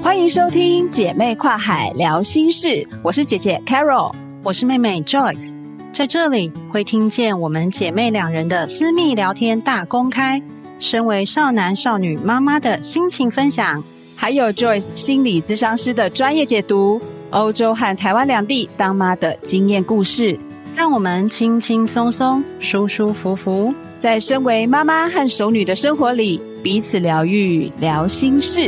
欢迎收听姐妹跨海聊心事，我是姐姐 Carol， 我是妹妹 Joyce， 在这里会听见我们姐妹两人的私密聊天大公开，身为少男少女妈妈的心情分享， 还有 Joyce 心理咨商师的专业解读，欧洲和台湾两地当妈的经验故事， 让我们轻轻松松舒舒服服在身为妈妈和熟女的生活里彼此疗愈聊心事。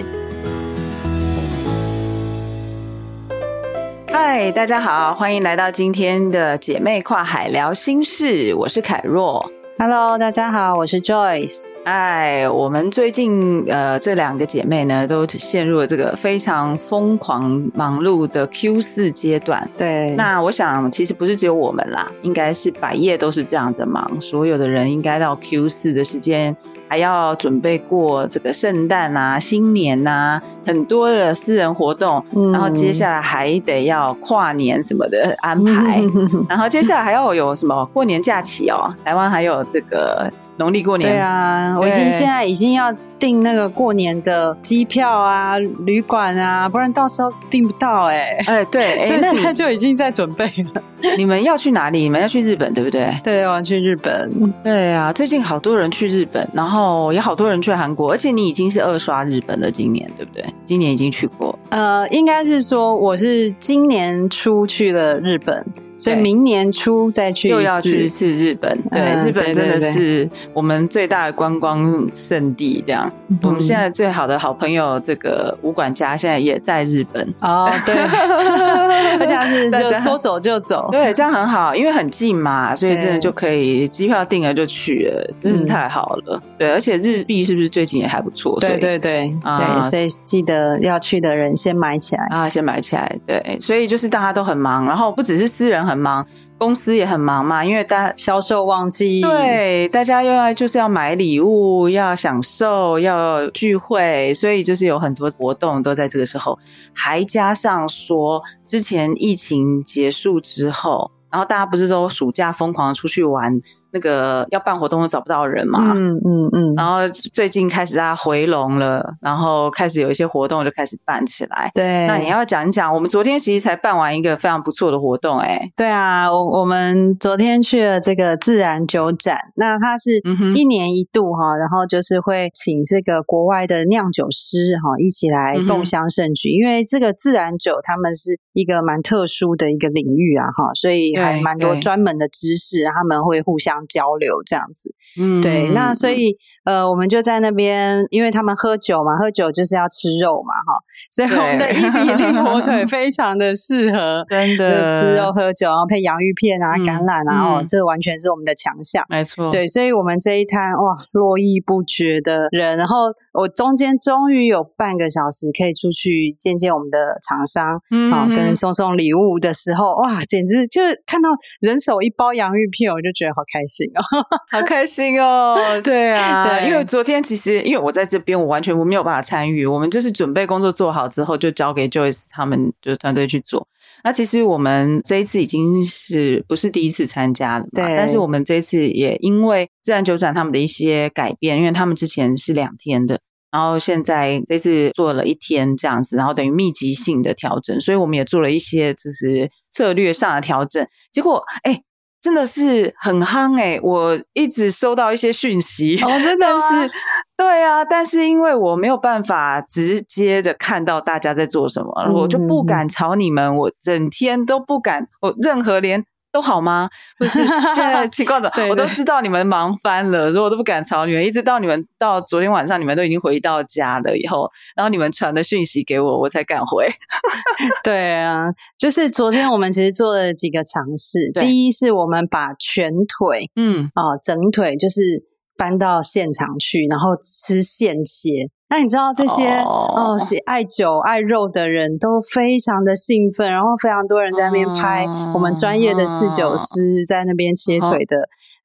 嗨，大家好，欢迎来到今天的姐妹跨海聊心事，我是凯若。 Hello， 大家好，我是 Joyce。 我们最近这两个姐妹呢，都陷入了这个非常疯狂忙碌的 Q4 阶段。 对， 那我想其实不是只有我们啦，应该是百业都是这样子忙，所有的人应该到 Q4 的时间还要准备过这个圣诞啊、新年啊，很多的私人活动，然后接下来还得要跨年什么的安排，然后接下来还要有什么过年假期哦，台湾还有这个农历过年。 对啊，我现在已经要订那个过年的机票啊、旅馆啊，不然到时候订不到对， 所以现在就已经在准备了。 你们要去哪里？你们要去日本对不对？ 对，我要去日本。 对啊，最近好多人去日本，然后也好多人去韩国，而且你已经是2刷日本了，今年对不对？今年已经去过。 应该是说我是今年初去了日本，所以明年初再去一次， 又要去一次日本。对，日本真的是我们最大的观光胜地。这样，我们现在最好的好朋友这个吴管家现在也在日本。 哦，对，而且是就说走就走。 对，这样很好，因为很近嘛，所以真的就可以机票订了就去了，真是太好了。对，而且日币是不是最近也还不错？ 对对对，所以记得要去的人先买起来啊，先买起来。对，所以就是大家都很忙，然后不只是私人很忙，公司也很忙嘛，因为大家销售旺季， 对，大家就是要买礼物，要享受，要聚会，所以就是有很多活动都在这个时候，还加上说之前疫情结束之后，然后大家不是都暑假疯狂出去玩，那个要办活动都找不到人嘛，然后最近开始大家回笼了，然后开始有一些活动就开始办起来。 对， 那你要讲一讲，我们昨天其实才办完一个非常不错的活动。 对啊，我们昨天去了这个自然酒展，那它是1年1度然后就是会请这个国外的酿酒师一起来共襄盛举，因为这个自然酒他们是一个蛮特殊的一个领域啊，所以还蛮多专门的知识，他们会互相交流这样子。对，那所以我们就在那边，因为他们喝酒嘛，喝酒就是要吃肉嘛，所以我们的1比0火腿非常的适合， 真的就吃肉喝酒，然后配洋芋片啊、橄榄啊，这完全是我们的强项。 没错，对， 所以我们这一摊哇，络绎不绝的人，然后我中间终于有半个小时可以出去见见我们的厂商，跟送礼物的时候，哇，简直就是看到人手一包洋芋片，我就觉得好开心哦， 好开心哦，对啊，对，因为昨天其实因为我在这边，我没有办法参与，我们就是准备工作做好之后，就交给 Joyce 他们就是团队去做。那其实我们这一次已经是不是第一次参加了嘛？对。但是我们这一次也因为自然酒展他们的一些改变，因为他们之前是2天的，然后现在这次做了1天这样子，然后等于密集性的调整，所以我们也做了一些就是策略上的调整。结果真的是很夯我一直收到一些讯息真的吗？ 对啊，但是因为我没有办法直接的看到大家在做什么，我就不敢吵你们，我整天都不敢，我任何连都好吗？或是现在情况怎么我都知道你们忙翻了，所以我都不敢吵你们，一直到你们到昨天晚上你们都已经回到家了以后，然后你们传的讯息给我，我才敢回。 对啊，就是昨天我们其实做了几个尝试，第一是我们把全腿整腿就是搬到现场去，然后吃现切。那你知道这些爱酒爱肉的人都非常的兴奋，然后非常多人在那边拍我们专业的侍酒师在那边切腿的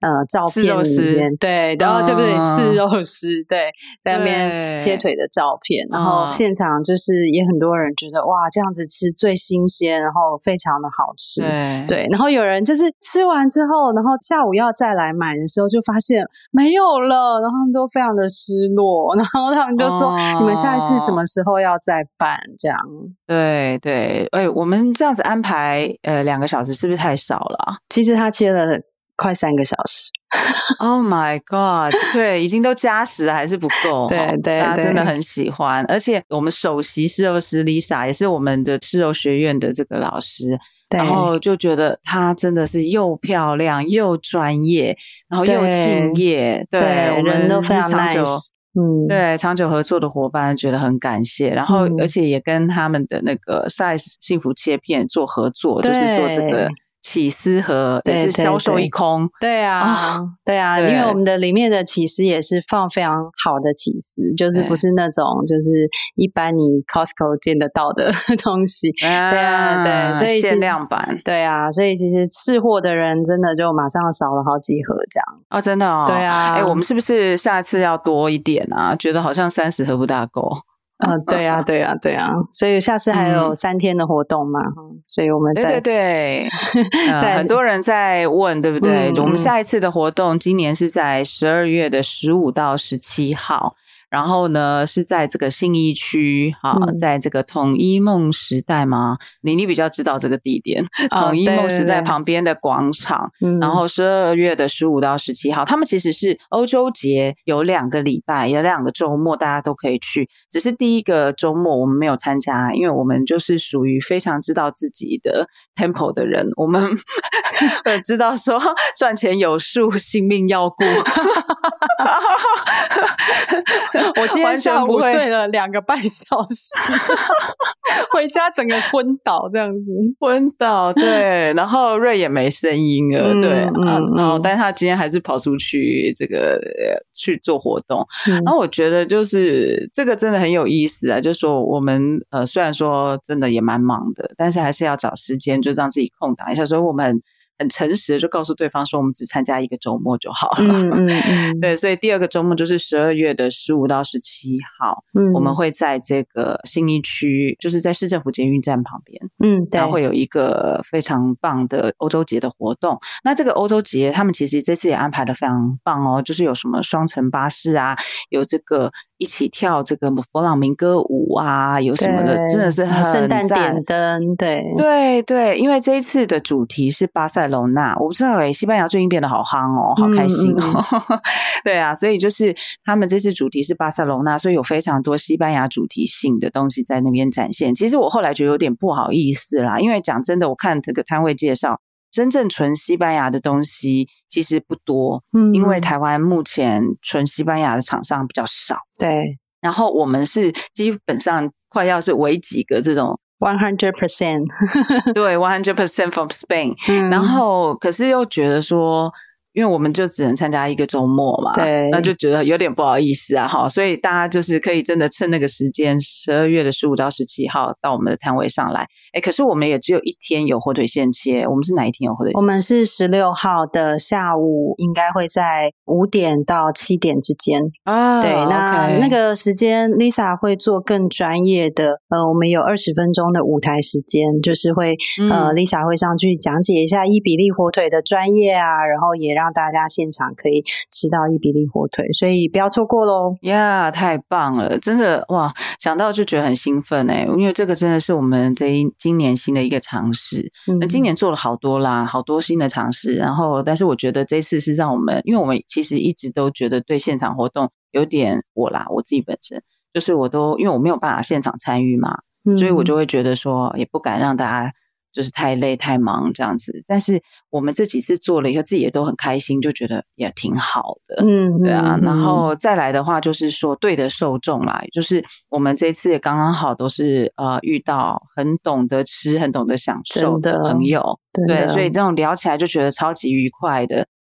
照片里面，对，然后对不对？试肉师，对，在那边切腿的照片，然后现场就是也很多人觉得哇，这样子吃最新鲜，然后非常的好吃，对，然后有人就是吃完之后，然后下午要再来买的时候，就发现没有了，然后他们都非常的失落，然后他们就说你们下一次什么时候要再办这样？ 对对，我们这样子安排2个小时是不是太少了？ 其实他切了快3个小时。 Oh my god！ 对，已经都加时了，还是不够。 对对， 大家真的很喜欢。而且我们首席侍肉师 Lisa 也是我们的吃肉学院的这个老师，然后就觉得她真的是又漂亮又专业，然后又敬业。对，我们人都非常 nice。 对，长久合作的伙伴觉得很感谢，然后而且也跟他们的那个 Size 幸福切片做合作，就是做这个起司和也是销售一空。 对啊，对啊，因为我们的里面的起司也是放非常好的起司，就是不是那种就是一般你 Costco 见得到的东西。对啊，对，所以限量版。 对啊，所以其实试货的人真的就马上少了好几盒这样。 哦，真的哦。 对啊， 我们是不是下一次要多一点啊？觉得好像30盒不大够。 对啊，对啊，对啊，所以下次还有3天的活动嘛，所以我们再对，很多人在问，对不对？我们下一次的活动今年是在12月的15到17号。然后呢，是在这个信义区在这个统一梦时代吗？你比较知道这个地点，统一梦时代旁边的广场。然后12月的15到17号，他们其实是欧洲节，有2个礼拜，有2个周末，大家都可以去。只是第一个周末我们没有参加，因为我们就是属于非常知道自己的 tempo 的人，我们知道说赚钱有数，性命要顾。 我今天下午睡了2个半小时，回家整个昏倒这样子， 昏倒。对，然后瑞也没声音了，对，然后但是他今天还是跑出去这个去做活动。然后我觉得就是这个真的很有意思啊，就是说我们虽然说真的也蛮忙的，但是还是要找时间就让自己空档一下，所以我们很诚实的就告诉对方说我们只参加1个周末就好了。对，所以第2个周末就是12月的15到17号，我们会在这个信义区，就是在市政府捷运站旁边，对，然后会有一个非常棒的欧洲节的活动。那这个欧洲节他们其实这次也安排的非常棒哦，就是有什么双层巴士啊，有这个一起跳这个佛朗明哥舞啊，有什么的，真的是很圣诞点灯。 对对，因为这一次的主题是巴塞罗那，我不知道西班牙最近变得好夯哦，好开心哦。对啊，所以就是他们这次主题是巴塞罗那，所以有非常多西班牙主题性的东西在那边展现。其实我后来觉得有点不好意思啦，因为讲真的，我看这个摊位介绍，真正纯西班牙的东西其实不多，因为台湾目前纯西班牙的厂商比较少。 对， 然后我们是基本上快要是为几个这种 100% 对 100% from Spain 然后可是又觉得说因为我们就只能参加1个周末嘛， 对， 那就觉得有点不好意思啊，所以大家就是可以真的趁那个时间12月的15到17号到我们的摊位上来。可是我们也只有1天有火腿现切，我们是哪一天有火腿？ 我们是16号的下午，应该会在5点到7点之间对，那个时间 Lisa 会做更专业的我们有20分钟的舞台时间，就是会Lisa 会上去讲解一下伊比利火腿的专业啊，然后也让大家现场可以吃到伊比利火腿，所以不要错过咯。 太棒了，真的哇，想到就觉得很兴奋因为这个真的是我们今年新的一个尝试。那今年做了好多啦，好多新的尝试，然后但是我觉得这次是让我们，因为我们其实一直都觉得对现场活动有点我自己本身就是因为我没有办法现场参与嘛，所以我就会觉得说也不敢让大家就是太累太忙这样子，但是我们这几次做了以后自己也都很开心，就觉得也挺好的。对啊，然后再来的话就是说对的受众啦，就是我们这次也刚刚好都是遇到很懂得吃很懂得享受的朋友，对，所以那种聊起来就觉得超级愉快的。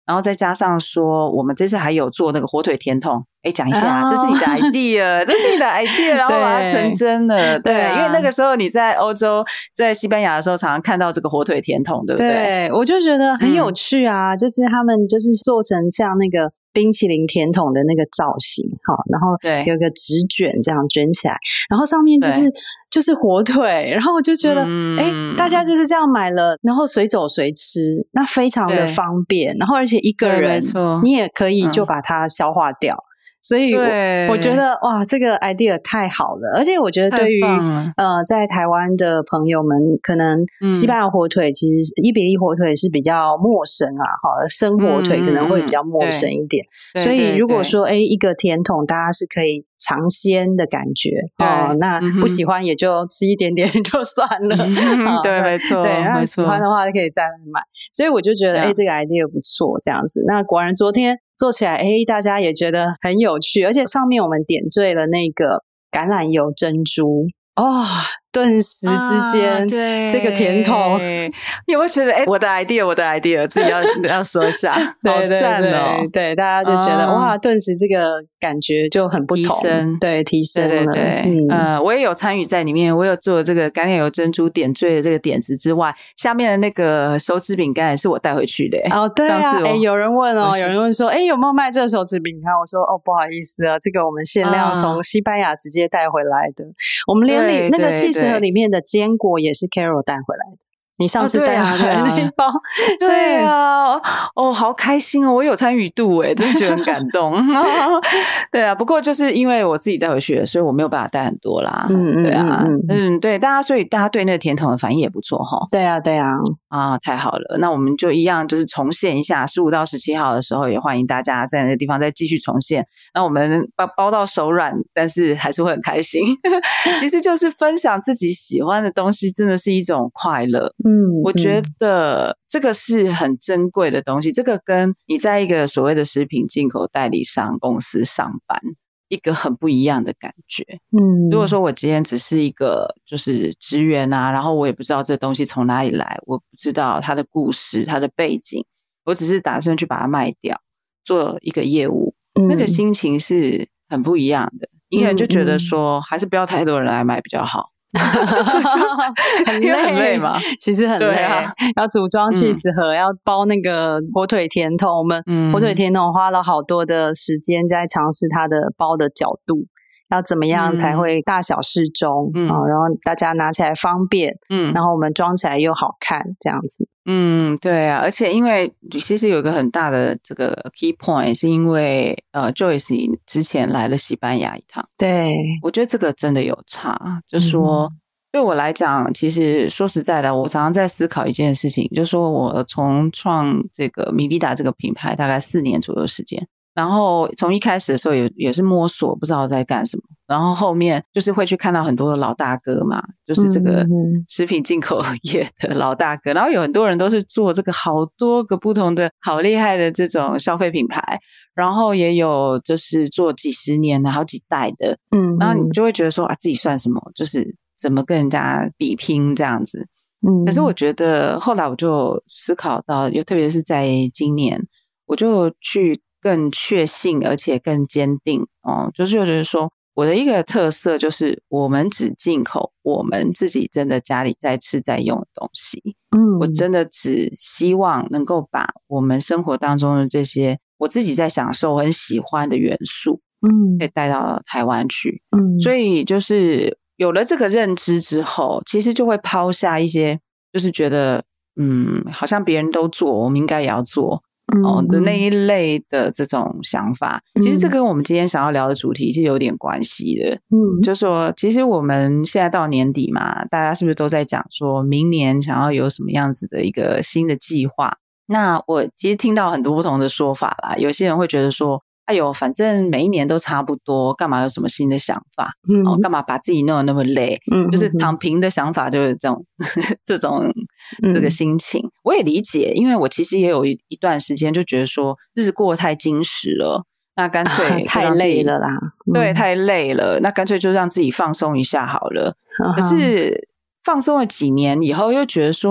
然后再加上说我们这次还有做那个火腿甜筒，讲一下，这是你的 idea 这是你的 idea 然后把它成真了。对，因为那个时候你在欧洲在西班牙的时候常常看到这个火腿甜筒，对不对？ 对，我就觉得很有趣啊，就是他们就是做成像那个冰淇淋甜筒的那个造型，然后有个纸卷这样卷起来，然后上面就是火腿，然后我就觉得大家就是这样买了，然后随走随吃，那非常的方便，然后而且一个人你也可以就把它消化掉。所以我觉得哇，这个 idea 太好了，而且我觉得对于在台湾的朋友们，可能西班牙火腿其实伊比利火腿是比较陌生啊，生火腿可能会比较陌生一点，所以如果说一个甜筒大家是可以尝鲜的感觉那不喜欢也就吃一点点就算了对，没错， 对，那喜欢的话就可以再来买，所以我就觉得这个 idea 不错这样子。那果然昨天做起来大家也觉得很有趣，而且上面我们点缀了那个橄榄油珍珠顿时之间这个甜筒你有没有觉得我的 idea 自己要说一下对对好赞对，大家就觉得哇，顿时这个感觉就很不同，提升了。 对，我也有参与在里面，我有做这个橄榄油珍珠点缀的这个点子之外，下面的那个手指饼干也是我带回去的对啊，有人问有人问说有没有卖这个手指饼干，我说不好意思啊，这个我们限量从西班牙直接带回来的，我们连那个起司盒里面的坚果也是 Carol 带回来的，你上次带回来那一包对啊好开心我有参与度真的觉得很感动对啊，不过就是因为我自己带回去的，所以我没有办法带很多啦对啊对，所以大家对那个甜筒的反应也不错对啊太好了，那我们就一样就是重现一下15到17号的时候，也欢迎大家在那个地方再继续重现，那我们包到手软，但是还是会很开心其实就是分享自己喜欢的东西真的是一种快乐我觉得这个是很珍贵的东西，这个跟你在一个所谓的食品进口代理商公司上班一个很不一样的感觉如果说我今天只是一个就是职员啊，然后我也不知道这东西从哪里来，我不知道它的故事它的背景，我只是打算去把它卖掉做一个业务那个心情是很不一样的你可能就觉得说还是不要太多人来买比较好很累嘛，其实很累要组装起司盒要包那个火腿甜筒我们火腿甜筒花了好多的时间在尝试它的包的角度要怎么样才会大小适中然后大家拿起来方便然后我们装起来又好看这样子对啊，而且因为其实有一个很大的这个 key point 是因为Joyce 之前来了西班牙一趟， 对， 我觉得这个真的有差，就是说对我来讲其实说实在的我常常在思考一件事情，就是说我从创这个米利达这个品牌大概4年左右时间，然后从一开始的时候也是摸索不知道在干什么，然后后面就是会去看到很多的老大哥嘛，就是这个食品进口业的老大哥，然后有很多人都是做这个好多个不同的好厉害的这种消费品牌，然后也有就是做几十年的好几代的然后你就会觉得说自己算什么，就是怎么跟人家比拼这样子可是我觉得后来我就思考到特别是在今年我就去更确信而且更坚定就是觉得说我的一个特色就是我们只进口我们自己真的家里在吃在用的东西我真的只希望能够把我们生活当中的这些我自己在享受很喜欢的元素可以带到台湾去所以就是有了这个认知之后其实就会抛下一些就是觉得好像别人都做我们应该也要做的那一类的这种想法其实这跟我们今天想要聊的主题是有点关系的就是说其实我们现在到年底嘛，大家是不是都在讲说明年想要有什么样子的一个新的计划，那我其实听到很多不同的说法啦，有些人会觉得说哎呦反正每一年都差不多干嘛有什么新的想法干嘛把自己弄得那么累就是躺平的想法就是这种这个心情我也理解，因为我其实也有一段时间就觉得说日子过得太精实了，那干脆太累了啦对太累了，那干脆就让自己放松一下好了可是放松了几年以后又觉得说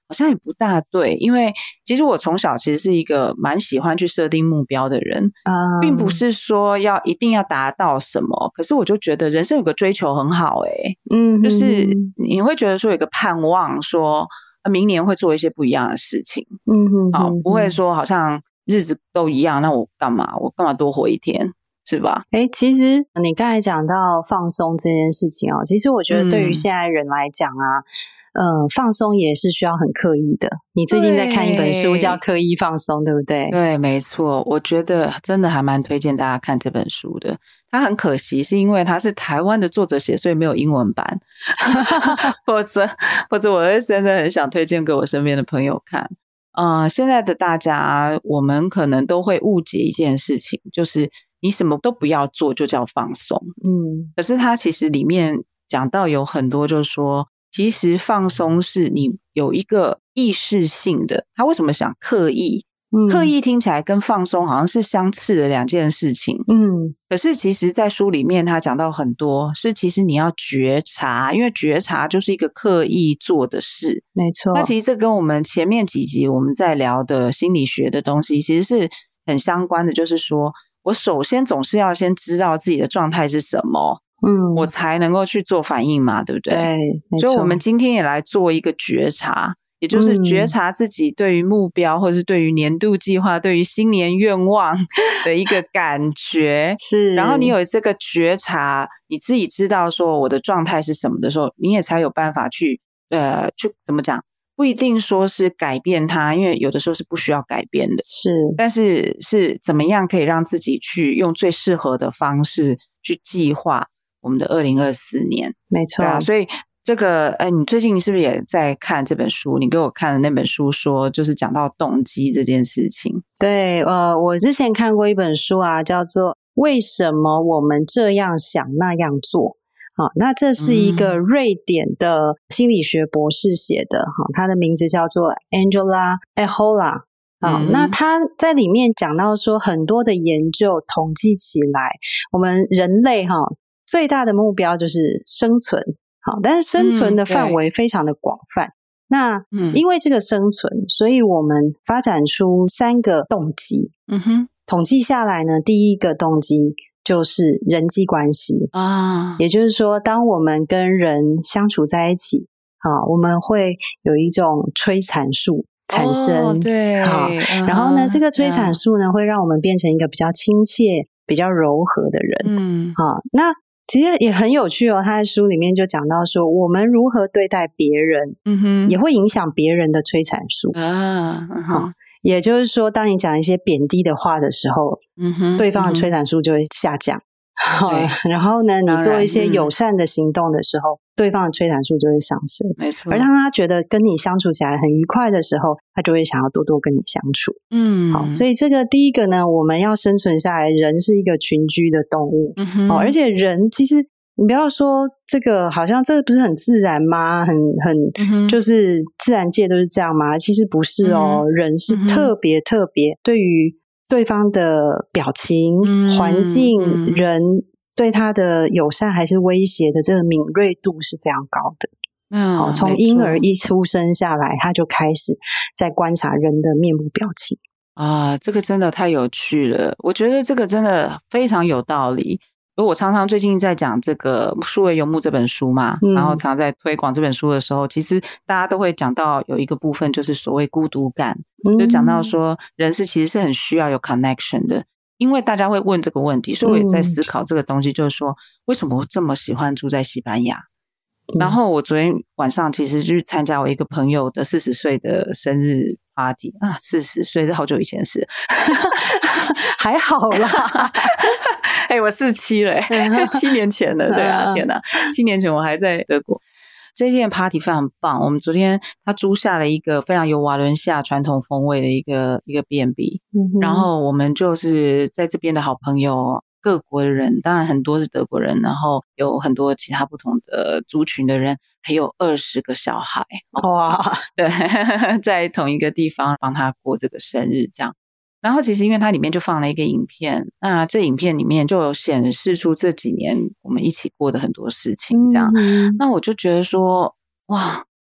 好像也不大对，因为其实我从小其实是一个蛮喜欢去设定目标的人，并不是说一定要达到什么，可是我就觉得人生有个追求很好就是你会觉得说有个盼望说明年会做一些不一样的事情，不会说好像日子都一样，那我干嘛多活一天，是吧？ 其实你刚才讲到放松这件事情其实我觉得对于现在人来讲放松也是需要很刻意的。你最近在看一本书叫《刻意放松》，对不对？ 对，没错。我觉得真的还蛮推荐大家看这本书的。它很可惜是因为它是台湾的作者写，所以没有英文版。否则我会真的很想推荐给我身边的朋友看。现在的大家，我们可能都会误解一件事情，就是你什么都不要做就叫放松。可是它其实里面讲到有很多就是说，其实放松是你有一个意识性的，他为什么想刻意？刻意听起来跟放松好像是相斥的两件事情。可是其实在书里面他讲到很多是其实你要觉察，因为觉察就是一个刻意做的事。 没错。 那其实这跟我们前面几集我们在聊的心理学的东西其实是很相关的，就是说我首先总是要先知道自己的状态是什么，我才能够去做反应嘛，对不对？ 对，没错。 所以我们今天也来做一个觉察，也就是觉察自己对于目标或者是对于年度计划对于新年愿望的一个感觉是。 然后你有这个觉察，你自己知道说我的状态是什么的时候，你也才有办法去怎么讲，不一定说是改变它，因为有的时候是不需要改变的， 是。 但是怎么样可以让自己去用最适合的方式去计划我们的2024年。 没错。 所以这个你最近是不是也在看这本书？你给我看的那本书说就是讲到动机这件事情。 对，我之前看过一本书叫做为什么我们这样想那样做。那这是一个瑞典的心理学博士写的，他的名字叫做 Angela Ahola。那他在里面讲到说很多的研究统计起来，我们人类最大的目标就是生存，但是生存的范围非常的广泛。那因为这个生存，所以我们发展出3个动机。统计下来呢，第一个动机就是人际关系也就是说当我们跟人相处在一起我们会有一种催产素产生。 对。 然后呢这个催产素呢会让我们变成一个比较亲切比较柔和的人。那其实也很有趣他在书里面就讲到说我们如何对待别人也会影响别人的催产素也就是说当你讲一些贬低的话的时候对方的催产素就会下降然后呢你做一些友善的行动的时候对方的催产素就会上升。 没错。 而当他觉得跟你相处起来很愉快的时候他就会想要多多跟你相处。好，所以这个第一个呢我们要生存下来，人是一个群居的动物而且人其实你不要说这个好像这不是很自然吗？很就是自然界都是这样吗？其实不是人是特别对于对方的表情环境人对他的友善还是威胁的这个敏锐度是非常高的。从婴儿一出生下来他就开始在观察人的面部表情这个真的太有趣了，我觉得这个真的非常有道理。我常常最近在讲这个数位游牧这本书嘛然后常在推广这本书的时候其实大家都会讲到有一个部分就是所谓孤独感就讲到说人其实是很需要有 connection 的，因为大家会问这个问题，所以我也在思考这个东西，就是说为什么我这么喜欢住在西班牙然后我昨天晚上其实去参加我一个朋友的40岁的生日 party 40岁是好久以前的事还好啦我47了7年前了。对天哪，7年前我还在德国。这件 party 非常棒，我们昨天他租下了一个非常有瓦伦西亚传统风味的一个 B&B然后我们就是在这边的好朋友各国的人，当然很多是德国人，然后有很多其他不同的族群的人，还有20个小孩哇对在同一个地方帮他过这个生日这样。然后其实因为它里面就放了一个影片，那这影片里面就有显示出这几年我们一起过的很多事情这样那我就觉得说哇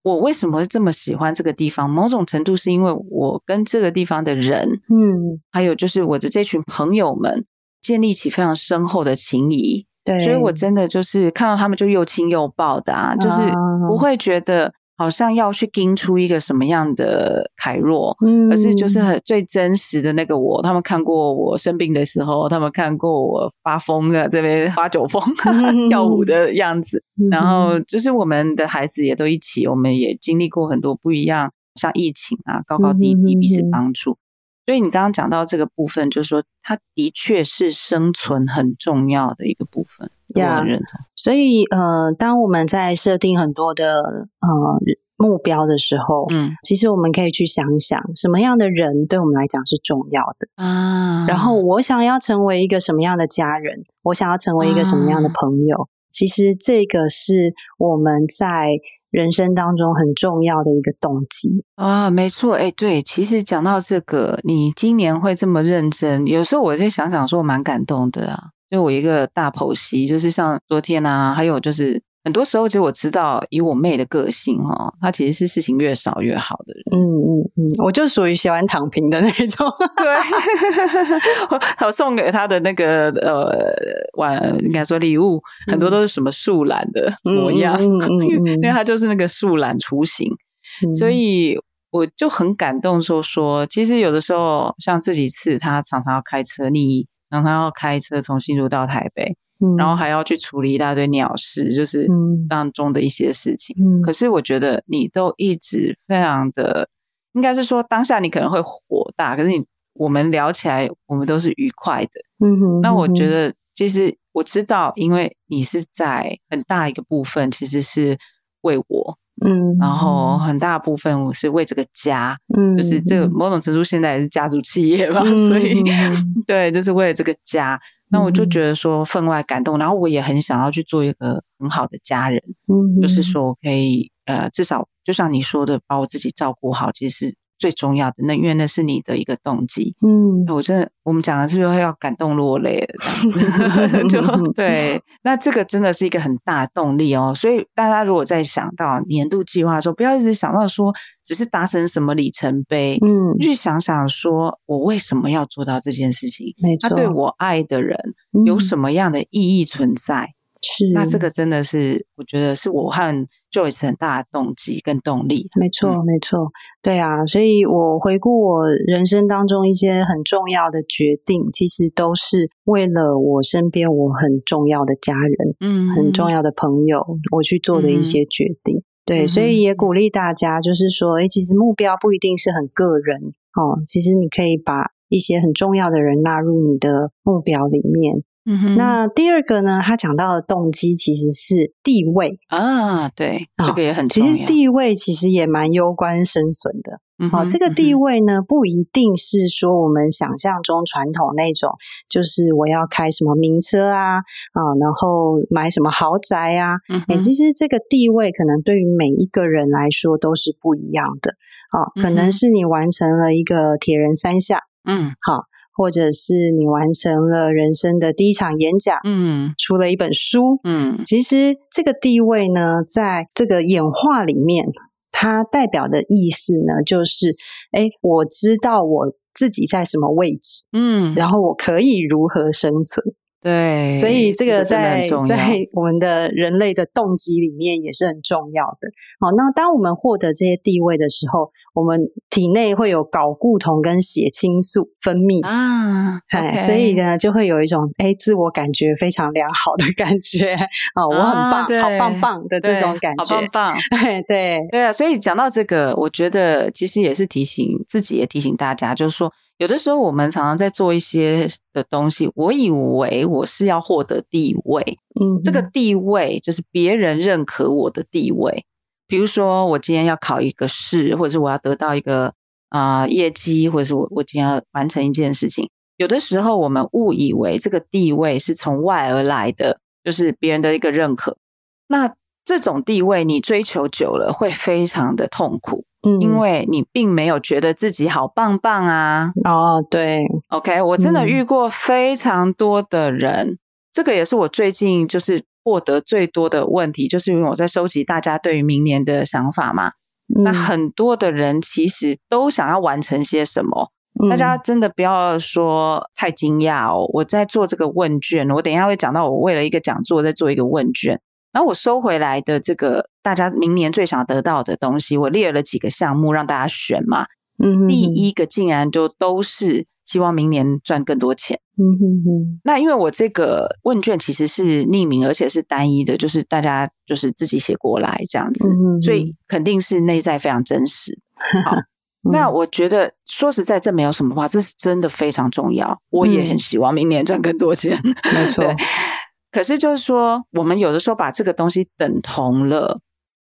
我为什么会这么喜欢这个地方，某种程度是因为我跟这个地方的人还有就是我的这群朋友们建立起非常深厚的情谊。对，所以我真的就是看到他们就又亲又抱的就是不会觉得好像要去盯出一个什么样的凯若，而是就是最真实的那个我。他们看过我生病的时候，他们看过我发疯的这边发酒疯跳舞的样子，然后就是我们的孩子也都一起，我们也经历过很多不一样，像疫情高高低低彼此帮助。所以你刚刚讲到这个部分，就是说它的确是生存很重要的一个部分，我很认同。 所以当我们在设定很多的目标的时候，其实我们可以去想想什么样的人对我们来讲是重要的然后我想要成为一个什么样的家人，我想要成为一个什么样的朋友，其实这个是我们在人生当中很重要的一个动机没错。对，其实讲到这个，你今年会这么认真，有时候我在想想说我蛮感动的就我一个大剖析，就是像昨天还有就是很多时候其实我知道以我妹的个性她其实是事情越少越好的人。 我就属于喜欢躺平的那种对我送给她的那个应该说礼物很多都是什么树懒的模样因为她就是那个树懒雏形所以我就很感动说其实有的时候像这几次她常常要开车，你常常要开车从新竹到台北然后还要去处理一大堆鸟事，就是当中的一些事情可是我觉得你都一直非常的，应该是说当下你可能会火大，可是我们聊起来我们都是愉快的那我觉得其实我知道，因为你是在很大一个部分其实是为我然后很大部分我是为这个家就是这个某种程度现在也是家族企业嘛所以对，就是为了这个家那我就觉得说分外感动，然后我也很想要去做一个很好的家人就是说我可以至少就像你说的把我自己照顾好其实是最重要的，那因为那是你的一个动机我真的我们讲的是不是要感动落泪了这样子就对，那这个真的是一个很大的动力所以大家如果在想到年度计划的时候不要一直想到说只是达成什么里程碑去想想说我为什么要做到这件事情，他对我爱的人有什么样的意义存在是， 那这个真的是我觉得是我和 Joyce 很大的动机跟动力没错没错，对啊，所以我回顾我人生当中一些很重要的决定其实都是为了我身边我很重要的家人很重要的朋友我去做的一些决定对所以也鼓励大家就是说其实目标不一定是很个人其实你可以把一些很重要的人纳入你的目标里面那第二个呢他讲到的动机其实是地位对这个也很重要， 其实地位其实也蛮攸关生存的这个地位呢不一定是说我们想象中传统那种就是我要开什么名车然后买什么豪宅其实这个地位可能对于每一个人来说都是不一样的可能是你完成了一个铁人三项好或者是你完成了人生的第一场演讲出了一本书其实这个地位呢在这个演化里面它代表的意思呢就是我知道我自己在什么位置然后我可以如何生存对， 所以这个在我们的人类的动机里面也是很重要的那当我们获得这些地位的时候我们体内会有睾固酮跟血清素分泌所以呢就会有一种自我感觉非常良好的感觉我很棒好棒棒的这种感觉， 好棒棒对所以讲到这个我觉得其实也是提醒自己也提醒大家，就是说有的时候我们常常在做一些的东西我以为我是要获得地位这个地位就是别人认可我的地位，比如说我今天要考一个试，或者是我要得到一个业绩，或者是我今天要完成一件事情，有的时候我们误以为这个地位是从外而来的，就是别人的一个认可，那这种地位你追求久了会非常的痛苦因为你并没有觉得自己好棒棒对 OK 我真的遇过非常多的人这个也是我最近就是获得最多的问题，就是因为我在收集大家对于明年的想法嘛。那很多的人其实都想要完成些什么，大家真的不要说太惊讶哦。我在做这个问卷，我等一下会讲到我为了一个讲座在做一个问卷，然后我收回来的这个大家明年最想得到的东西，我列了几个项目让大家选嘛。第一个竟然就都是希望明年赚更多钱。那因为我这个问卷其实是匿名而且是单一的，就是大家就是自己写过来这样子，所以肯定是内在非常真实。好，那我觉得说实在这没有什么话，这是真的非常重要，我也很希望明年赚更多钱。 没错。 可是就是说我们有的时候把这个东西等同了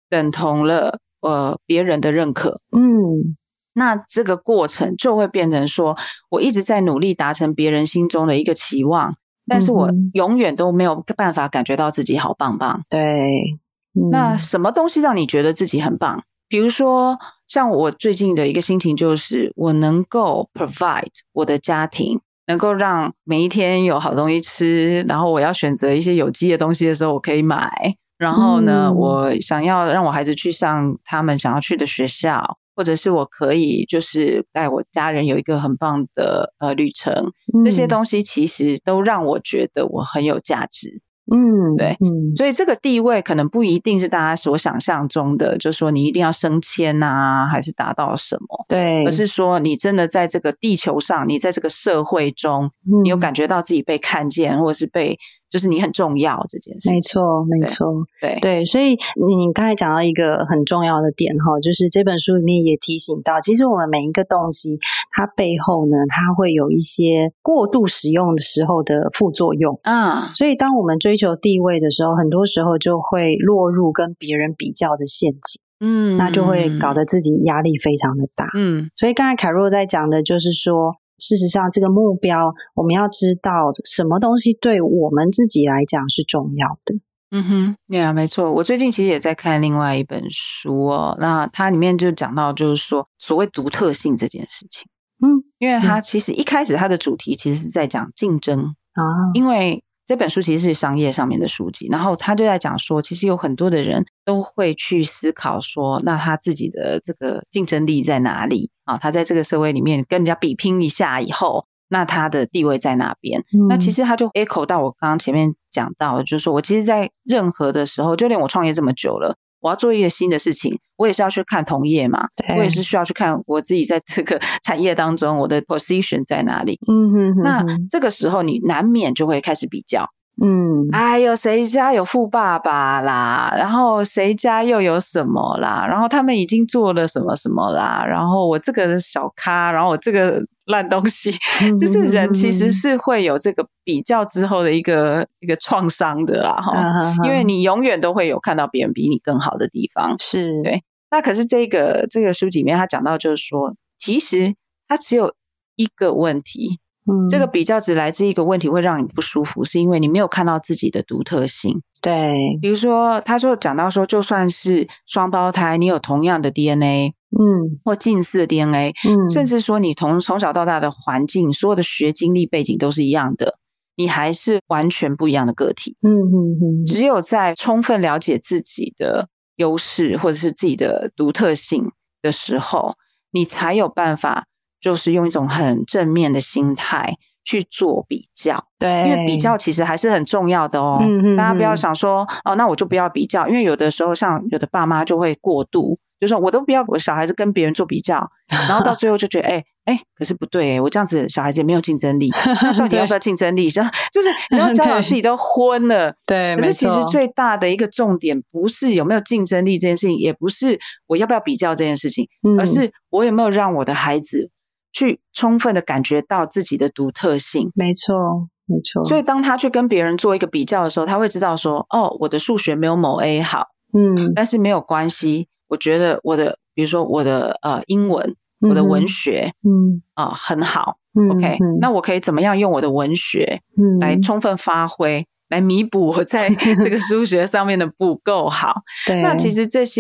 别人的认可。那这个过程就会变成说我一直在努力达成别人心中的一个期望，但是我永远都没有办法感觉到自己好棒棒。 对。 那什么东西让你觉得自己很棒？比如说像我最近的一个心情就是我能够 provide 我的家庭，能够让每一天有好东西吃，然后我要选择一些有机的东西的时候我可以买，然后呢我想要让我孩子去上他们想要去的学校，或者是我可以就是带我家人有一个很棒的旅程，这些东西其实都让我觉得我很有价值。对。所以这个地位可能不一定是大家所想象中的，就是说你一定要升迁啊，还是达到什么。 对。 而是说你真的在这个地球上，你在这个社会中，你有感觉到自己被看见，或者是就是你很重要这件事情。 没错没错。 对。 所以你刚才讲到一个很重要的点，就是这本书里面也提醒到，其实我们每一个动机它背后呢，它会有一些过度使用的时候的副作用。所以当我们追求地位的时候，很多时候就会落入跟别人比较的陷阱。那就会搞得自己压力非常的大。所以刚才凯若在讲的就是说，事实上这个目标我们要知道什么东西对我们自己来讲是重要的。 没错。我最近其实也在看另外一本书哦，那它里面就讲到就是说所谓独特性这件事情。因为它其实一开始它的主题其实是在讲竞争。因为这本书其实是商业上面的书籍，然后他就在讲说其实有很多的人都会去思考说那他自己的这个竞争力在哪里啊？他在这个社会里面跟人家比拼一下以后，那他的地位在哪边？那其实他就 echo 到我刚刚前面讲到的，就是说我其实在任何的时候，就连我创业这么久了，我要做一个新的事情，我也是要去看同业嘛，我也是需要去看我自己在这个产业当中我的 position 在哪里。那这个时候你难免就会开始比较。哎呦谁家有富爸爸啦，然后谁家又有什么啦，然后他们已经做了什么什么啦，然后我这个小咖，然后我这个烂东西。就是人其实是会有这个比较之后的一个创伤的啦，因为你永远都会有看到别人比你更好的地方。 是。 对。那可是这个书籍里面他讲到就是说其实他只有一个问题，这个比较只来自一个问题会让你不舒服，是因为你没有看到自己的独特性。 对。 比如说他就讲到说就算是双胞胎，你有同样的 DNA， 或近似的 DNA， 甚至说你从小到大的环境，所有的学经历背景都是一样的，你还是完全不一样的个体。只有在充分了解自己的优势或者是自己的独特性的时候，你才有办法就是用一种很正面的心态去做比较。 对。 因为比较其实还是很重要的哦。大家不要想说那我就不要比较，因为有的时候像有的爸妈就会过度，就说我都不要我小孩子跟别人做比较，然后到最后就觉得可是不对我这样子小孩子也没有竞争力，那到底要不要竞争力？就是你要家长自己都昏了。 对。 可是其实最大的一个重点不是有没有竞争力这件事情，也不是我要不要比较这件事情，而是我有没有让我的孩子去充分的感觉到自己的独特性。 没错没错。 所以当他去跟别人做一个比较的时候，他会知道说我的数学没有某 A 好，但是没有关系，我觉得比如说我的英文，我的文学很好。OK， 那我可以怎么样用我的文学来充分发挥，来弥补我在这个数学上面的不够好。 对。 那其实这些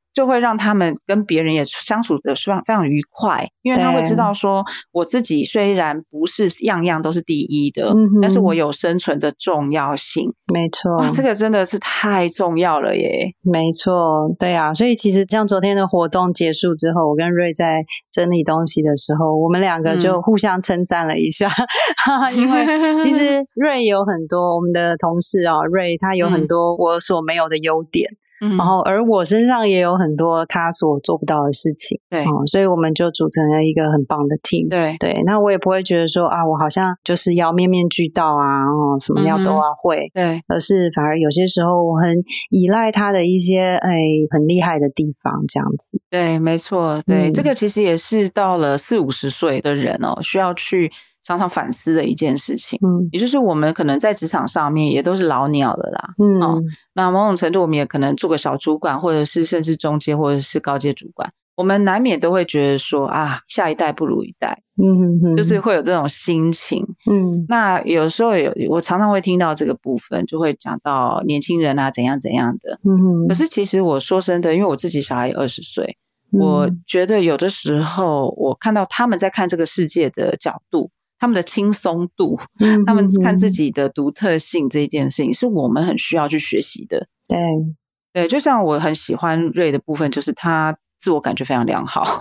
就会让他们跟别人也相处的非常愉快，因为他会知道说我自己虽然不是样样都是第一的，但是我有生存的重要性。 没错， 这个真的是太重要了耶。 没错，对啊，所以其实像昨天的活动结束之后，我跟瑞在整理东西的时候，我们两个就互相称赞了一下，因为其实瑞有很多，我们的同事啊，瑞他有很多我所没有的优点。然后而我身上也有很多他所做不到的事情， 对， 所以我们就组成了一个很棒的 team。 对，那我也不会觉得说啊，我好像就是要面面俱到啊，什么要都要会， 对， 而是反而有些时候我很依赖他的一些很厉害的地方，这样子。 对，没错，对，这个其实也是到了40-50岁的人需要去常常反思的一件事情。也就是我们可能在职场上面也都是老鸟了啦。那某种程度我们也可能做个小主管，或者是甚至中阶或者是高阶主管，我们难免都会觉得说啊，下一代不如一代。就是会有这种心情。那有时候我常常会听到这个部分，就会讲到年轻人啊怎样怎样的。可是其实我说真的，因为我自己小孩也20岁，我觉得有的时候我看到他们在看这个世界的角度，他们的轻松度，他们看自己的独特性，这一件事情是我们很需要去学习的。对，就像我很喜欢瑞的部分，就是他自我感觉非常良好。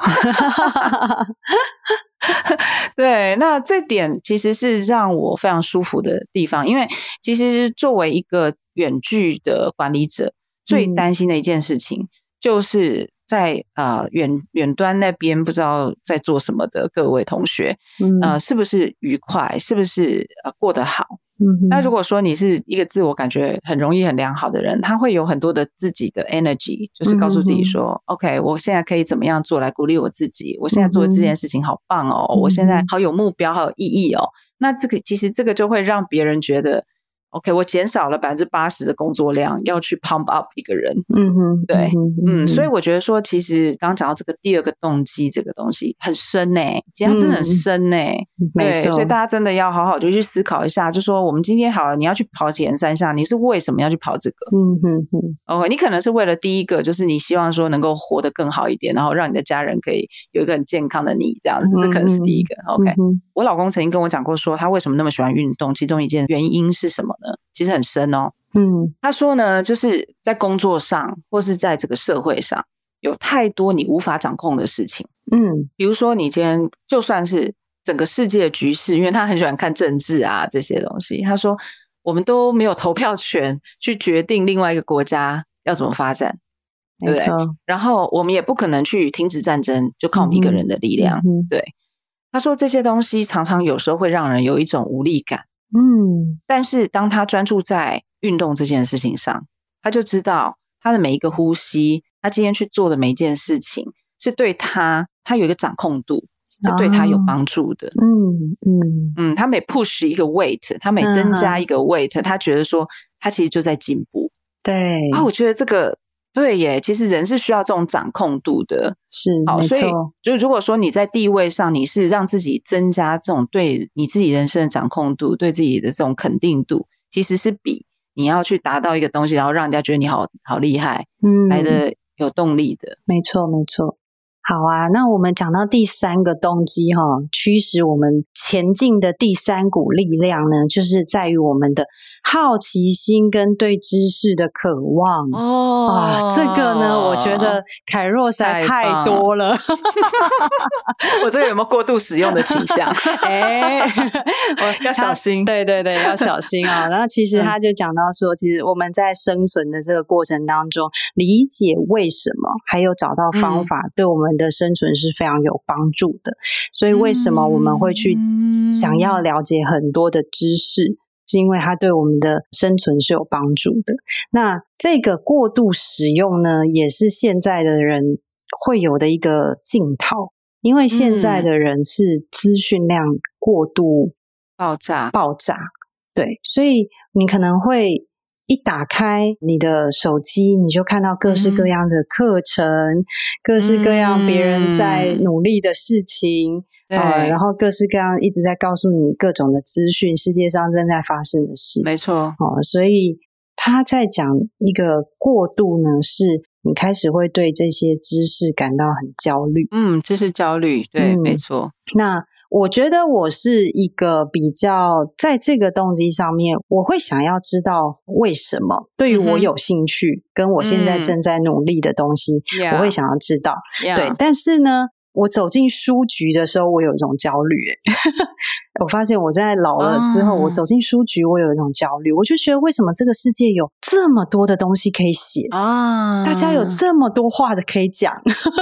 对，那这点其实是让我非常舒服的地方，因为其实作为一个远距的管理者，最担心的一件事情就是在远端那边不知道在做什么的各位同学，是不是愉快，是不是过得好。那如果说你是一个自我感觉很容易很良好的人，他会有很多的自己的 energy， 就是告诉自己说OK， 我现在可以怎么样做来鼓励我自己，我现在做的这件事情好棒哦，我现在好有目标好有意义哦。那其实这个就会让别人觉得OK， 我减少了80%的工作量，要去 pump up 一个人。对，所以我觉得说，其实刚刚讲到这个第二个动机，这个东西很深欸，其实它真的很深欸。对，所以大家真的要好好就去思考一下，就说我们今天好了，你要去跑前3项，你是为什么要去跑这个？OK， 你可能是为了第一个，就是你希望说能够活得更好一点，然后让你的家人可以有一个很健康的你，这样子，这可能是第一个。OK，我老公曾经跟我讲过说，他为什么那么喜欢运动，其中一件原因是什么？其实很深哦。他说呢，就是在工作上或是在这个社会上有太多你无法掌控的事情。比如说你今天就算是整个世界的局势，因为他很喜欢看政治啊这些东西，他说我们都没有投票权去决定另外一个国家要怎么发展，对不对？然后我们也不可能去停止战争，就靠我们一个人的力量。对，他说这些东西常常有时候会让人有一种无力感。但是当他专注在运动这件事情上，他就知道他的每一个呼吸，他今天去做的每一件事情是对他有一个掌控度，是对他有帮助的。他每 push 一个 weight， 他每增加一个 weight， 他觉得说他其实就在进步。对，我觉得这个对耶，其实人是需要这种掌控度的。是，好，所以就如果说你在地位上你是让自己增加这种对你自己人生的掌控度，对自己的这种肯定度，其实是比你要去达到一个东西然后让人家觉得你好厉害来的有动力的。没错没错。好啊，那我们讲到第3个动机驱使我们前进的第3股力量呢，就是在于我们的好奇心跟对知识的渴望。这个呢我觉得凯若实在太多了。我这个有没有过度使用的倾向？我要小心。对对对，要小心啊。然后其实他就讲到说，其实我们在生存的这个过程当中，理解为什么还有找到方法，对我们的生存是非常有帮助的。所以为什么我们会去想要了解很多的知识，是因为它对我们的生存是有帮助的。那这个过度使用呢，也是现在的人会有的一个镜头，因为现在的人是资讯量过度爆炸。对，所以你可能会一打开你的手机，你就看到各式各样的课程，各式各样别人在努力的事情，然后各式各样一直在告诉你各种的资讯，世界上正在发生的事。没错。所以他在讲一个过度呢，是你开始会对这些知识感到很焦虑。 知识焦虑，对，没错。 那我觉得我是一个比较在这个动机上面，我会想要知道为什么，对于我有兴趣跟我现在正在努力的东西，我会想要知道。对，但是呢，我走进书局的时候，我有一种焦虑。我发现我在老了之后，我走进书局，我有一种焦虑。我就觉得为什么这个世界有这么多的东西可以写啊？大家有这么多话的可以讲。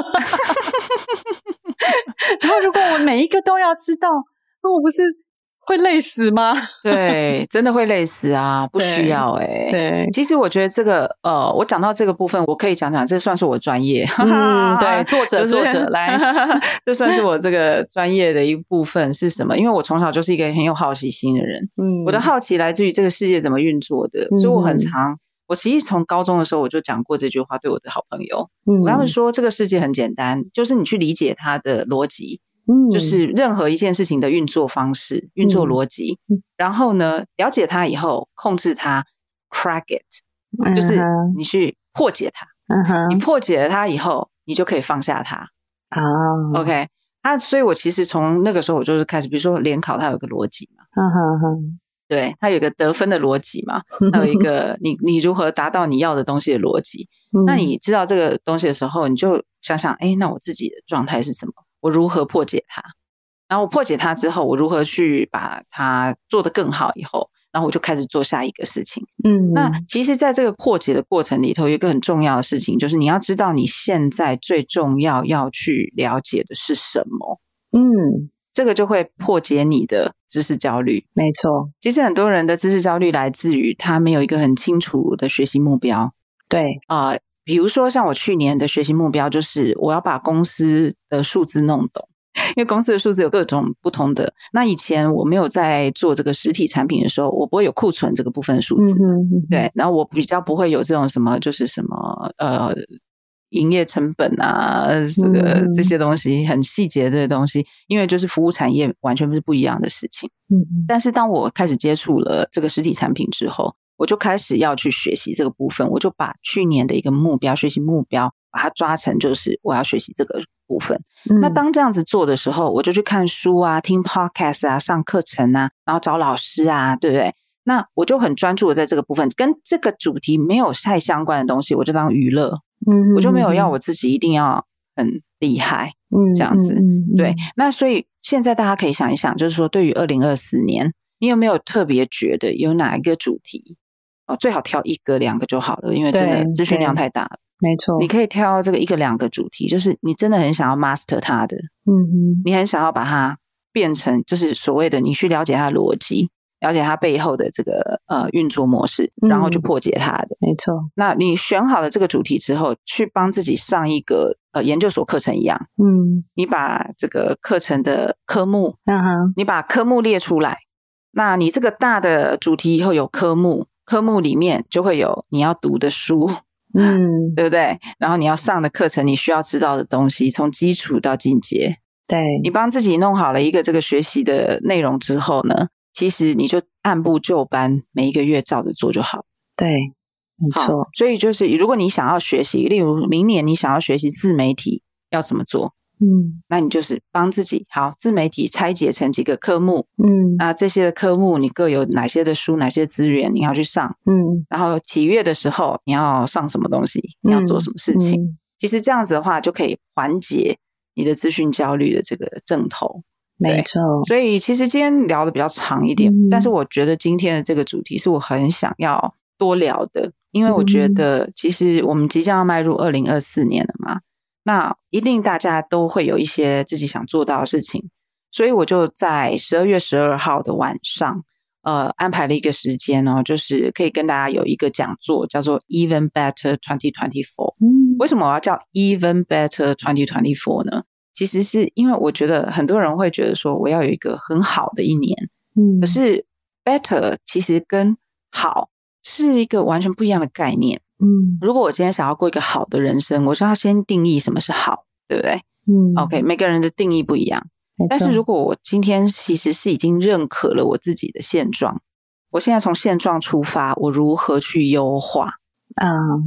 然后如果我每一个都要知道，那我不是会累死吗？ 对，真的会累死啊，不需要对， 其实我觉得这个我讲到这个部分，我可以讲讲，这算是我专业。 对，作者来， 这算是我这个专业的一部分是什么？因为我从小就是一个很有好奇心的人，我的好奇来自于这个世界怎么运作的，所以我很常。我其实从高中的时候我就讲过这句话，对我的好朋友，我跟他们说这个世界很简单，就是你去理解它的逻辑，就是任何一件事情的运作方式、运作逻辑，然后呢，了解它以后，控制它 ，crack it，就是你去破解它，你破解了它以后，你就可以放下它。OK， 所以我其实从那个时候我就是开始，比如说联考它有个逻辑嘛。对，它有一个得分的逻辑嘛，还有一个你如何达到你要的东西的逻辑。那你知道这个东西的时候，你就想想，那我自己的状态是什么？我如何破解它？然后我破解它之后，我如何去把它做得更好以后，然后我就开始做下一个事情。那其实在这个破解的过程里头，有一个很重要的事情，就是你要知道你现在最重要去了解的是什么。这个就会破解你的知识焦虑。 没错， 其实很多人的知识焦虑来自于他没有一个很清楚的学习目标。 对比如说像我去年的学习目标就是我要把公司的数字弄懂，因为公司的数字有各种不同的。那以前我没有在做这个实体产品的时候，我不会有库存这个部分的数字。对，然后我比较不会有这种什么就是什么营业成本啊，这些东西很细节的东西，因为就是服务产业完全是不一样的事情。但是当我开始接触了这个实体产品之后，我就开始要去学习这个部分，我就把去年的一个目标，学习目标，把它抓成就是我要学习这个部分。那当这样子做的时候，我就去看书啊，听 podcast 啊，上课程啊，然后找老师啊，对不对？那我就很专注的在这个部分，跟这个主题没有太相关的东西，我就当娱乐。我就没有要我自己一定要很厉害这样子。对，那所以现在大家可以想一想，就是说对于2024年，你有没有特别觉得有哪一个主题最好挑1个2个就好了，因为真的资讯量太大了。 没错， 你可以挑这个1个2个主题，就是你真的很想要 master 它的，你很想要把它变成就是所谓的你去了解它的逻辑，了解它背后的这个运作模式，然后去破解它的。 没错。 那你选好了这个主题之后，去帮自己上一个研究所课程一样。你把这个课程的科目，你把科目列出来。那你这个大的主题以后有科目，科目里面就会有你要读的书，对不对？然后你要上的课程，你需要知道的东西，从基础到进阶。 对， 你帮自己弄好了一个这个学习的内容之后呢，其实你就按部就班，每一个月照着做就好。 对，没错。 所以就是如果你想要学习，例如明年你想要学习自媒体要怎么做，那你就是帮自己好自媒体拆解成几个科目，那这些的科目你各有哪些的书，哪些资源你要去上，然后几月的时候你要上什么东西，你要做什么事情，其实这样子的话就可以缓解你的资讯焦虑的这个症头。 没错。 所以其实今天聊的比较长一点，但是我觉得今天的这个主题是我很想要多聊的，因为我觉得其实我们即将要迈入2024年了嘛，那一定大家都会有一些自己想做到的事情，所以我就在12月12号的晚上安排了一个时间就是可以跟大家有一个讲座，叫做 Even Better 2024。为什么我要叫 Even Better 2024呢？其实是因为我觉得很多人会觉得说我要有一个很好的一年，可是 better 其实跟好是一个完全不一样的概念。如果我今天想要过一个好的人生，我就要先定义什么是好，对不对？OK， 每个人的定义不一样。但是如果我今天其实是已经认可了我自己的现状，我现在从现状出发，我如何去优化？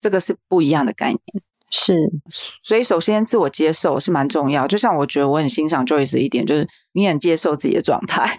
这个是不一样的概念。 是， 所以首先自我接受是蛮重要，就像我觉得我很欣赏 Joyce 一点，就是你很接受自己的状态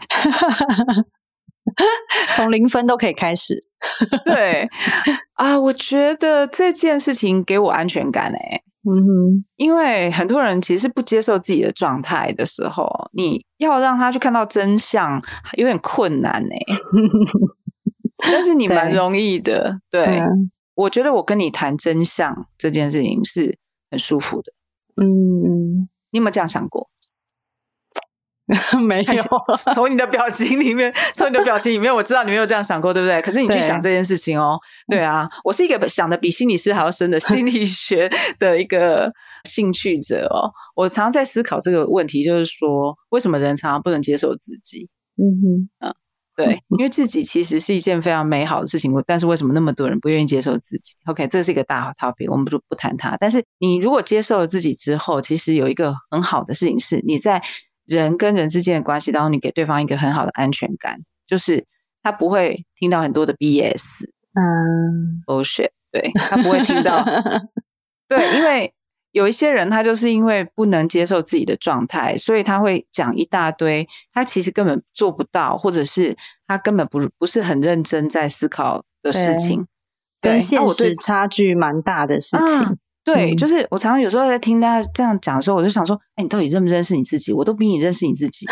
从0分都可以开始对啊，我觉得这件事情给我安全感因为很多人其实不接受自己的状态的时候，你要让他去看到真相有点困难但是你蛮容易的。 对，我觉得我跟你谈真相这件事情是很舒服的。你有没有这样想过？ 没有从你的表情里面我知道你没有这样想过，对不对？可是你去想这件事情对啊，我是一个想的比心理师还要深的心理学的一个兴趣者我常常在思考这个问题，就是说为什么人常常不能接受自己。对，因为自己其实是一件非常美好的事情，但是为什么那么多人不愿意接受自己？ OK， 这是一个大 topic， 我们就不谈它。但是你如果接受了自己之后，其实有一个很好的事情是，你在人跟人之间的关系当中，你给对方一个很好的安全感，就是他不会听到很多的 BS bullshit， 对，他不会听到对，因为有一些人他就是因为不能接受自己的状态，所以他会讲一大堆他其实根本做不到，或者是他根本不是很认真在思考的事情， 跟现实差距蛮大的事情对，就是我常常有时候在听他这样讲的时候，我就想说你到底认不认识你自己？我都比你认识你自己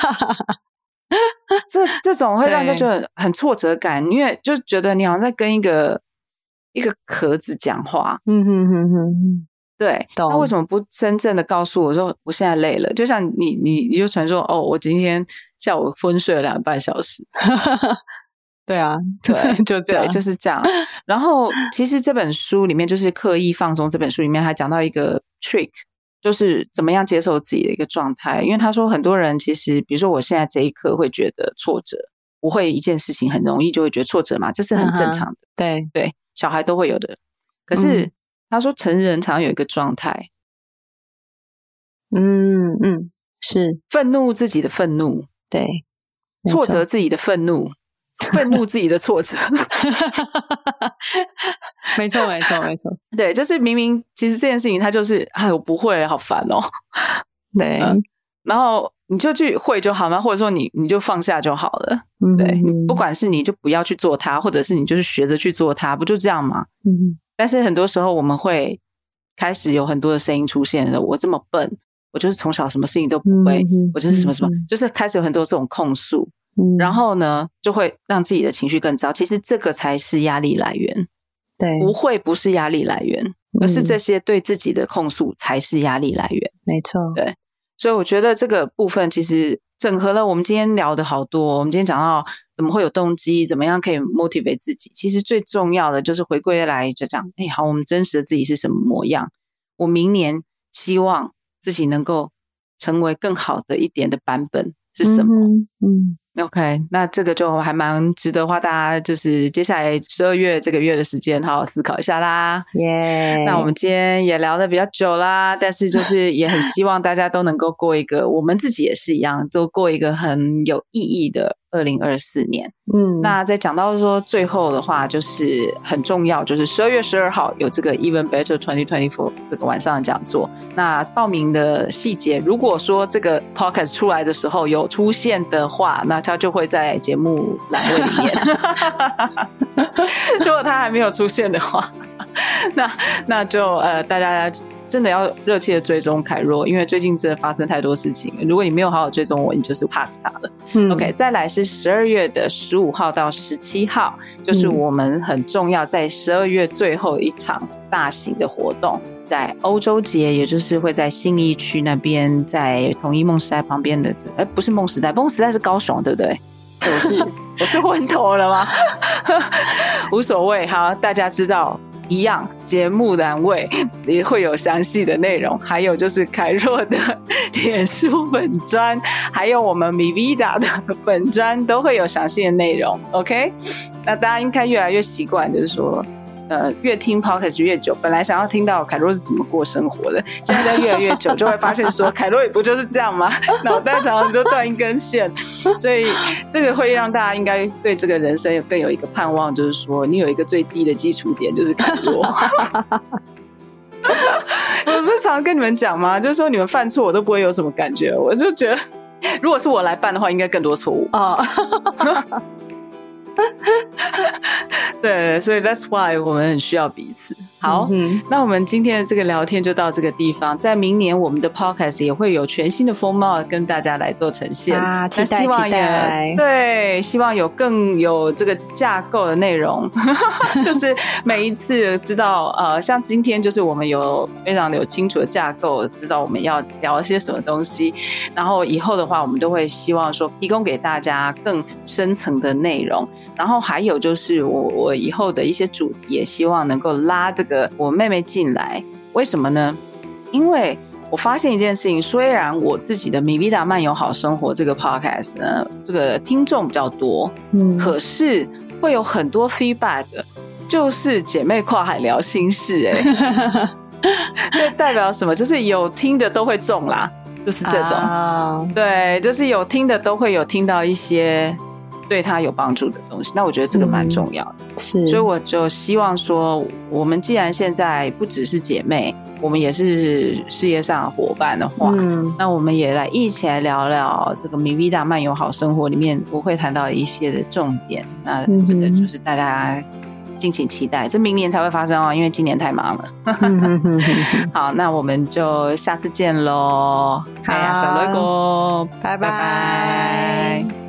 这种会让人觉得很挫折感，因为就觉得你好像在跟一个壳子讲话。对，那为什么不真正的告诉我说我现在累了？就像你就传说我今天下午昏睡了2个半小时对啊，对，就这样， 就是这样。然后其实这本书里面就是刻意放松，这本书里面还讲到一个 trick， 就是怎么样接受自己的一个状态。因为他说很多人其实比如说我现在这一刻会觉得挫折，不会一件事情很容易就会觉得挫折嘛，这是很正常的。对，小孩都会有的。可是他说成人常常有一个状态是愤怒自己的愤怒， 对， 挫折自己的愤怒，愤怒自己的挫折没错对，就是明明其实这件事情它就是我不会，好烦对然后你就去会就好吗？或者说你就放下就好了。对，你不管是你就不要去做它，或者是你就是学着去做它，不就这样吗？但是很多时候我们会开始有很多的声音出现了，我这么笨，我就是从小什么事情都不会，我就是什么什么，就是开始有很多这种控诉，然后呢就会让自己的情绪更糟。其实这个才是压力来源， 对， 不是压力来源，而是这些对自己的控诉才是压力来源。 没错， 对，所以我觉得这个部分其实整合了我们今天聊的好多。我们今天讲到怎么会有动机，怎么样可以 motivate 自己，其实最重要的就是回归来就讲好，我们真实的自己是什么模样，我明年希望自己能够成为更好的一点的版本是什么。OK， 那这个就还蛮值得花大家就是接下来12月这个月的时间好好思考一下啦。那我们今天也聊得比较久啦，但是就是也很希望大家都能够过一个我们自己也是一样都过一个很有意义的2024年。那在讲到说最后的话就是很重要，就是12月12号有这个 Even Better 2024这个晚上的讲座。那报名的细节如果说这个 podcast 出来的时候有出现的话，那它就会在节目栏位里面如果它还没有出现的话那就大家真的要热切的追踪凯若，因为最近真的发生太多事情，如果你没有好好追踪我，你就是 pass 它了。OK， 再来是12月的15号到17号，就是我们很重要在12月最后一场大型的活动，在欧洲节，也就是会在信义区那边，在统一梦时代旁边的不是梦时代，梦时代是高雄对不对？我是昏头了吗无所谓，好，大家知道一样，节目栏位也会有详细的内容，还有就是凯若的脸书本专，还有我们 MiVida 的本专都会有详细的内容。 OK， 那大家应该越来越习惯就是说越听 podcast 越久，本来想要听到凯洛是怎么过生活的，现在越来越久就会发现说凯洛也不就是这样吗？脑袋常常就断一根线，所以这个会让大家应该对这个人生更有一个盼望，就是说你有一个最低的基础点，就是凯洛。我不是常跟你们讲吗？就是说你们犯错我都不会有什么感觉，我就觉得如果是我来办的话应该更多错误。对，所以 that's why 我们很需要彼此。好，那我们今天的这个聊天就到这个地方，在明年我们的 podcast 也会有全新的风貌跟大家来做呈现啊，期待对，希望有更有这个架构的内容就是每一次知道像今天就是我们有非常有清楚的架构，知道我们要聊一些什么东西，然后以后的话我们都会希望说提供给大家更深层的内容，然后还有就是我以后的一些主题也希望能够拉这个我妹妹进来。为什么呢？因为我发现一件事情，虽然我自己的米维达漫游好生活这个 podcast 呢，这个听众比较多，可是会有很多 feedback 就是姐妹跨海聊心事这代表什么？就是有听的都会中啦，就是这种对，就是有听的都会有听到一些对他有帮助的东西，那我觉得这个蛮重要的， 是， 所以我就希望说，我们既然现在不只是姐妹，我们也是事业上的伙伴的话，那我们也来一起来聊聊这个米维达漫游好生活里面我会谈到一些的重点，那这个就是大家敬请期待，这明年才会发生因为今年太忙了好，那我们就下次见咯， 好， 萨罗哥， 拜拜。